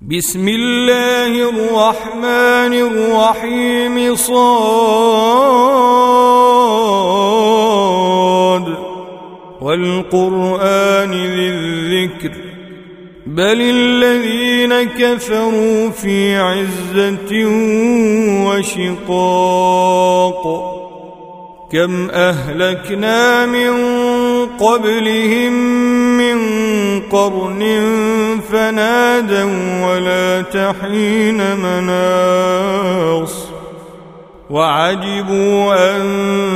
بسم الله الرحمن الرحيم صاد والقرآن ذي الذكر بل الذين كفروا في عزة وشقاق كم أهلكنا من قبلهم من قرن فنادوا ولا تحين مناص وعجبوا أن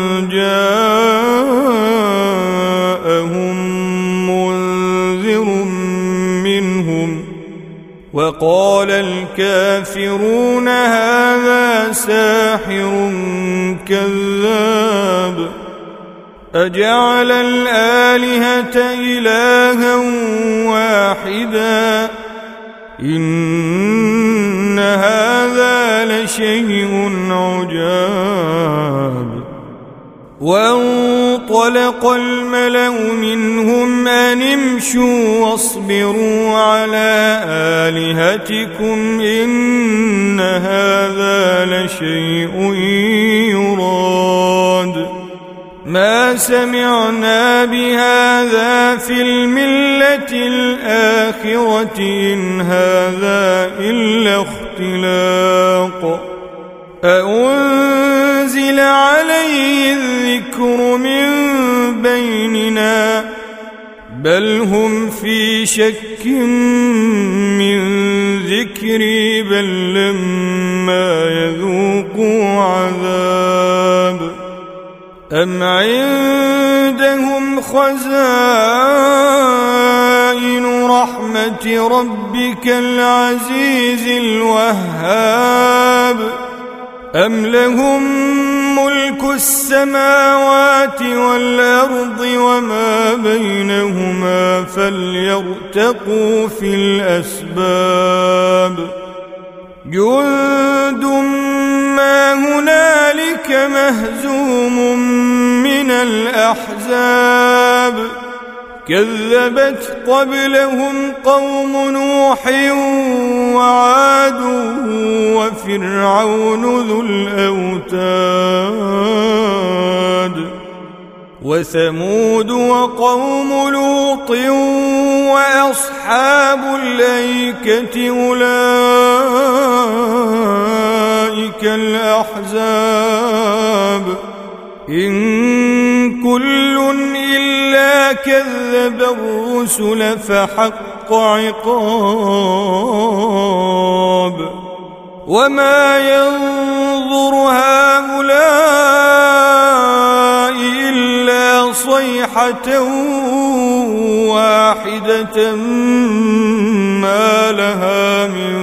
جاءهم منذر منهم وقال الكافرون هذا ساحر كذاب أجعل الآلهة إلها واحدا إن هذا لشيء عجاب وانطلق الملأ منهم أن امشوا واصبروا على آلهتكم إن هذا لشيء يراد ما سمعنا بهذا في الملة الآخرة إن هذا إلا اختلاق أأنزل عليه الذكر من بيننا بل هم في شك من ذكري بل لما يذوقوا عذاب أم عندهم خزائن رحمة ربك العزيز الوهاب أم لهم ملك السماوات والأرض وما بينهما فليرتقوا في الأسباب جند ما هنالك مهزوم من الأحزاب كذبت قبلهم قوم نوح وعاد وفرعون ذو الأوتاد وثمود وقوم لوط وأصحاب الأيكة أولئك الأحزاب إن كل إلا كذب الرسل فحق عقاب وما ينظر هؤلاء إلا صيحة واحدة ما لها من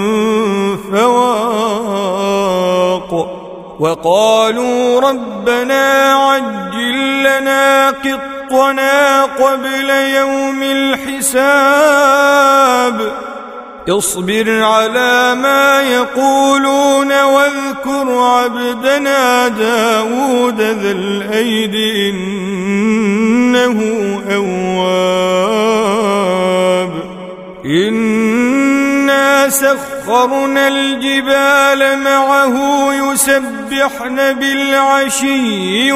فواق وقالوا ربنا عجل لنا قطنا قبل يوم الحساب اصبر على ما يقولون واذكر عبدنا داود ذا الأيد إنه أواب إنا سخرنا الجبال معه يسبحن بالعشي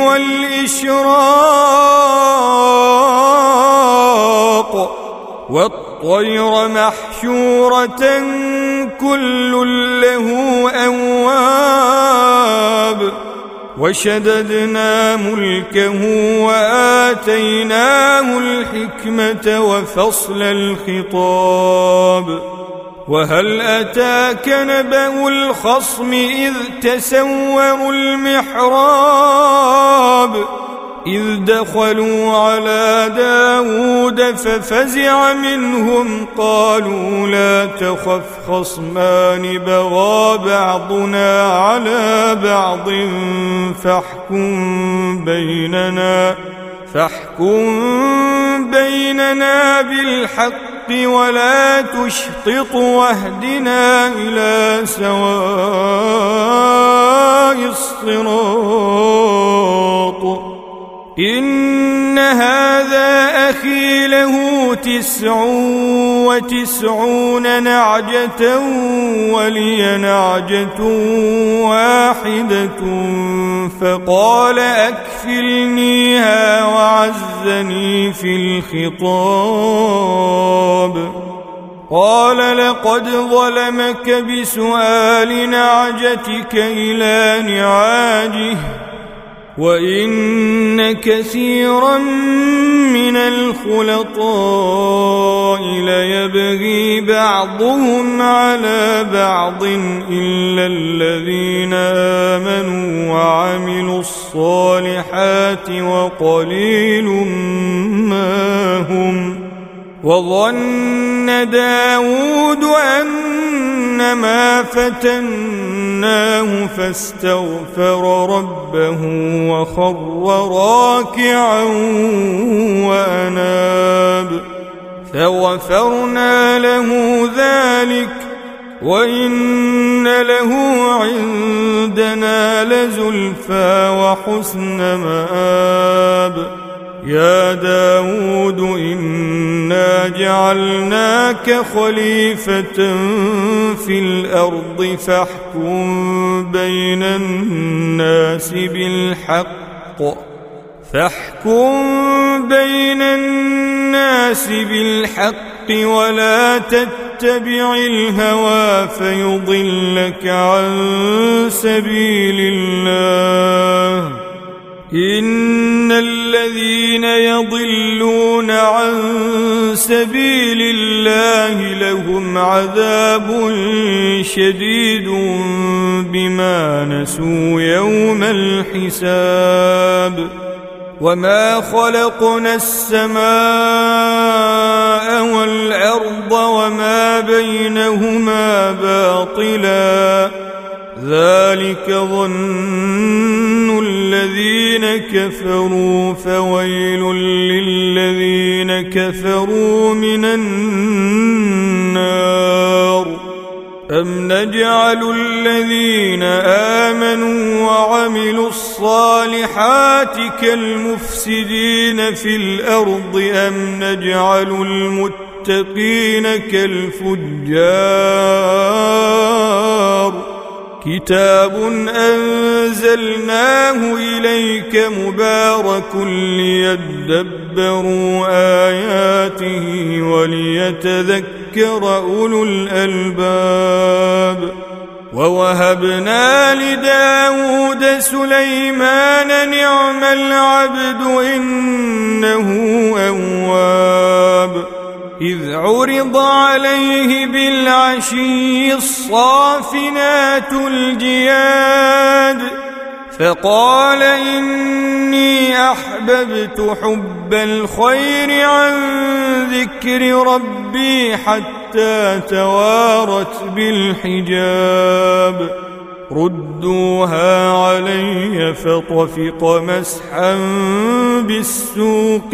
والإشراق والطير محشورة كل له أواب وشددنا ملكه وآتيناه الحكمة وفصل الخطاب وهل أتاك نبأ الخصم إذ تسوروا المحراب إذ دخلوا على داود ففزع منهم قالوا لا تخف خصمان بغى بعضنا على بعض فاحكم بيننا بالحق ولا تشطط واهدنا إلى سواء الصراط إن هذا أخي له 99 نعجة ولي نعجة واحدة فقال أكفلنيها وعزني في الخطاب قال لقد ظلمك بسؤال نعجتك إلى نعاجه وإن كثيرا من الخلطاء ليبغي بعضهم على بعض إلا الذين آمنوا وعملوا الصالحات وقليل ما هم وظن داود أنما فتناه فاستغفر ربه وخر راكعا وأناب فغفرنا له ذلك وإن له عندنا لزلفى وحسن مآب يا داود إنا جعلناك خليفة في الأرض فاحكم بين الناس بالحق ولا تتبع الهوى فيضلك عن سبيل الله إن الذين يضلون عن سبيل الله لهم عذاب شديد بما نسوا يوم الحساب وما خلقنا السماء والأرض وما بينهما باطلا ذلك ظن الذين كفروا فويل للذين كفروا من النار أم نجعل الذين آمنوا وعملوا الصالحات كالمفسدين في الأرض أم نجعل المتقين كالفجار كتاب أنزلناه إليك مبارك ليدبروا آياته وليتذكر أولو الألباب ووهبنا لداود سليمان نعم العبد إنه أواب إذ عرض عليه بالعشي الصافنات الجياد فقال إني أحببت حب الخير عن ذكر ربي حتى توارت بالحجاب ردوها علي فطفق مسحا بالسوق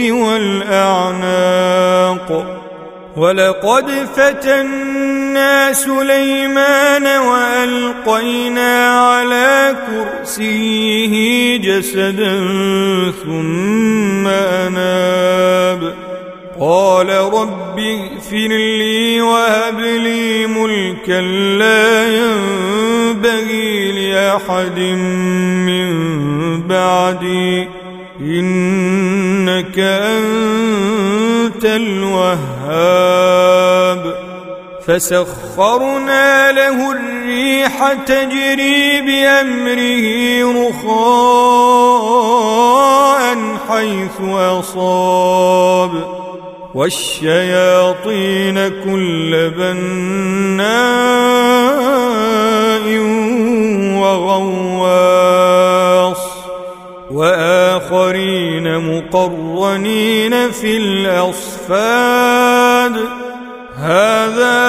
والأعناق ولقد فتنا سليمان وألقينا على كرسيه جسدا ثم أناب قال رب اغفر لي وهب لي ملكا لا ينبغي لأحد من بعدي إنك أنت الوهاب فسخرنا له الريح تجري بأمره رخاء حيث أصاب والشياطين كل بناء وغواص وآخرين مقرنين في الأصفاد هذا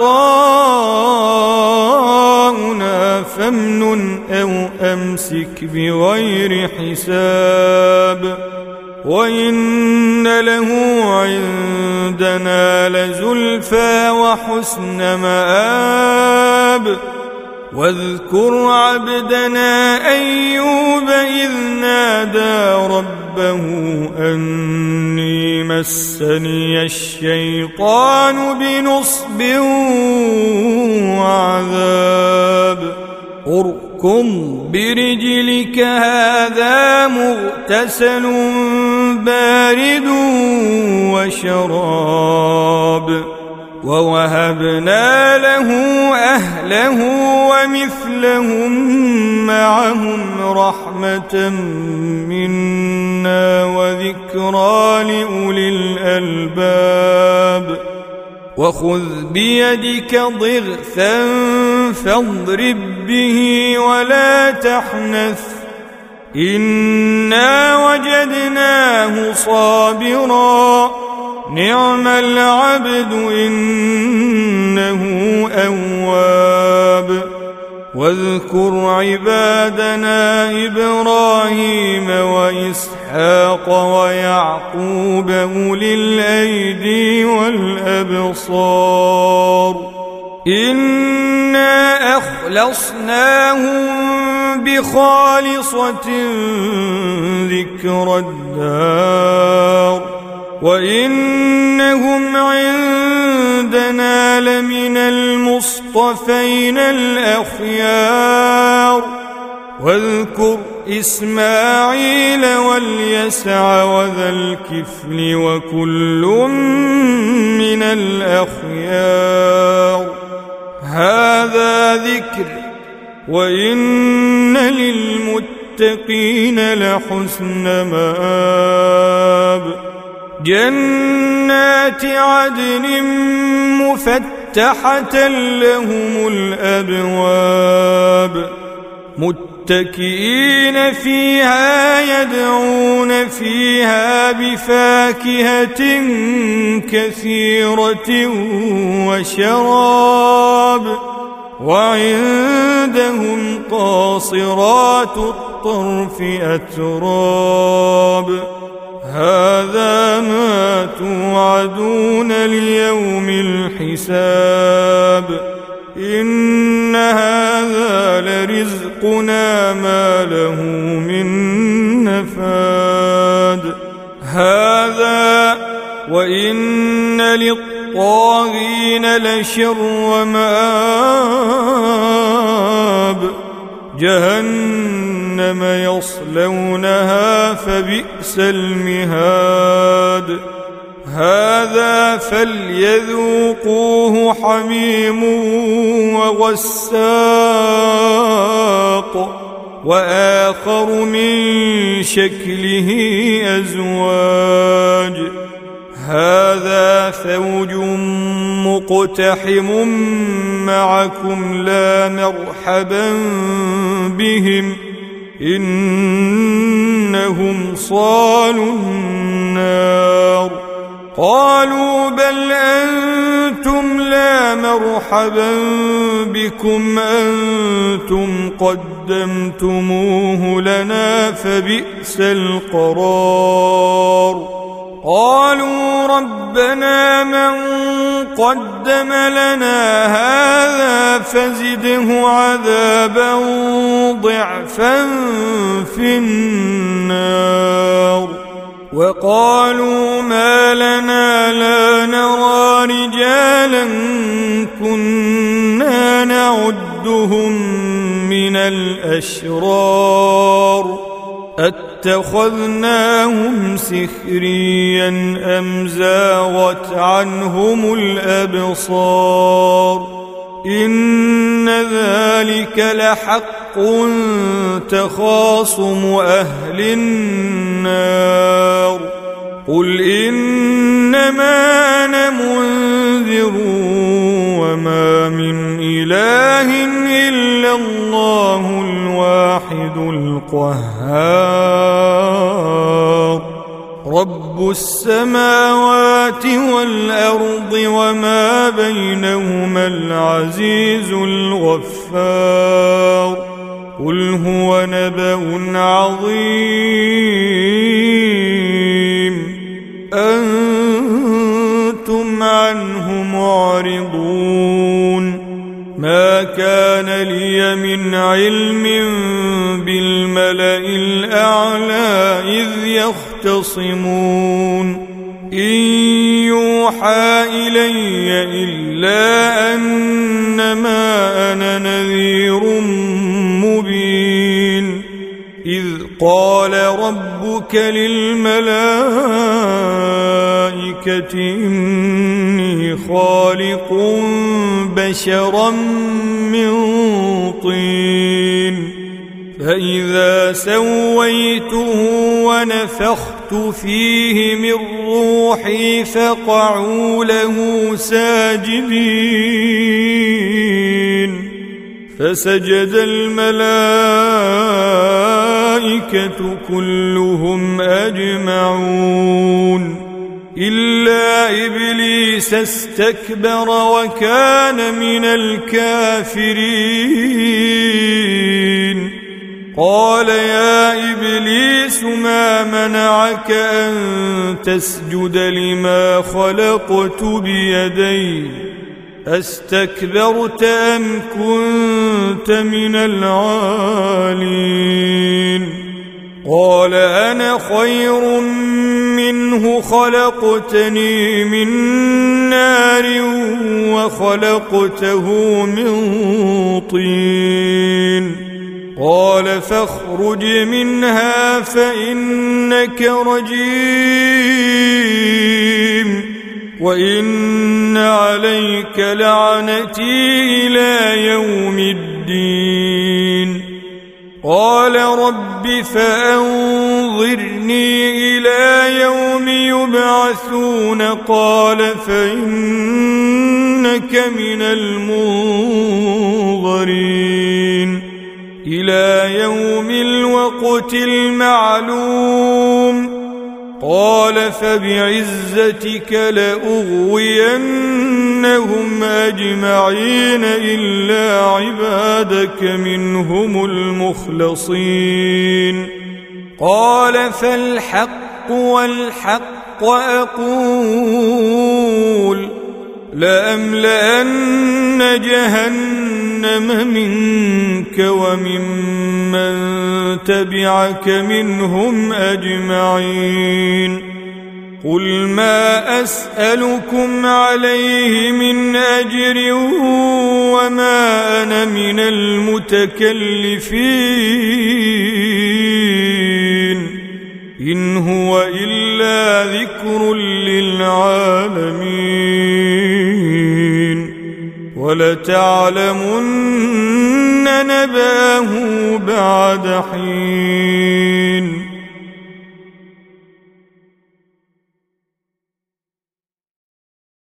عطاؤنا فامنن أو أمسك بغير حساب وإن له عندنا لزلفى وحسن مآب واذكر عبدنا أيوب إذ نادى ربه أني مسني الشيطان بنصب وعذاب اركض برجلك هذا مغتسل بارد وشراب ووهبنا له أهله ومثلهم معهم رحمة منا وذكرى لأولي الألباب وخذ بيدك ضغثا فاضرب به ولا تحنث إنا وجدناه صابرا نعم العبد إنه أواب واذكر عبادنا إبراهيم وإسحاق ويعقوب أولي الأيدي والأبصار إنا أخلصناهم بخالصة ذكر الدار وإنهم عندنا لمن المصطفين الأخيار واذكر إسماعيل واليسع وذا الكفل وكل من الأخيار هذا ذكر وإن للمتقين لحسن مآب جنات عدن مفتحة لهم الأبواب متكئين فيها يدعون فيها بفاكهة كثيرة وشراب وعندهم قاصرات الطرف أتراب هذا ما توعدون ليوم الحساب إن هذا لرزقنا ما له من نفاد هذا وإن للطاغين لشر مآب جهنم يصلونها فبئس المهاد هذا فليذوقوه حميم وغساق وآخر من شكله أزواج هذا فوج مقتحم معكم لا مرحبا بهم إنهم صالوا النار قالوا بل أنتم لا مرحبا بكم أنتم قدمتموه لنا فبئس القرار قالوا ربنا من قدم لنا هذا فزده عذابا ضعفا في النار وقالوا ما لنا لا نرى رجالا كنا نعدهم من الأشرار اتخذناهم سخريا أم زاغت عنهم الأبصار إن ذلك لحق تخاصم أهل النار قل إنما أنا منذر وما من إله إلا الله الواحد القهار رب السماوات والأرض وما بينهما العزيز الغفار قل هو نبأ عظيم أنتم عنه معرضون ما كان لي من علم بالملأ الأعلى إذ يختصمون إن يوحى إلي إلا أنما أنا نذير مبين إذ قال ربك للملائكة إني خالق بشرا من طين فإذا سويته ونفخت فيه من روحي فقعوا له ساجدين فسجد الملائكة كلهم أجمعون إلا إبليس استكبر وكان من الكافرين قال يا إبليس ما منعك أن تسجد لما خلقت بيدي أستكبرت أم كنت من العالين قال أنا خير منه خلقتني من نار وخلقته من طين قال فاخرج منها فإنك رجيم وإن عليك لعنتي إلى يوم الدين قال رب فأنظرني إلى يوم يبعثون قال فإنك من المنظرين إلى يوم الوقت المعلوم قال فبعزتك لأغوينهم أجمعين إلا عبادك منهم المخلصين قال فالحق والحق أقول لأملأن جهنم منك وممن تبعك منهم أجمعين قل ما أسألكم عليه من أجر وما أنا من المتكلفين إن هو إلا ذكر للعالمين ولتعلمن نبأه بعد حين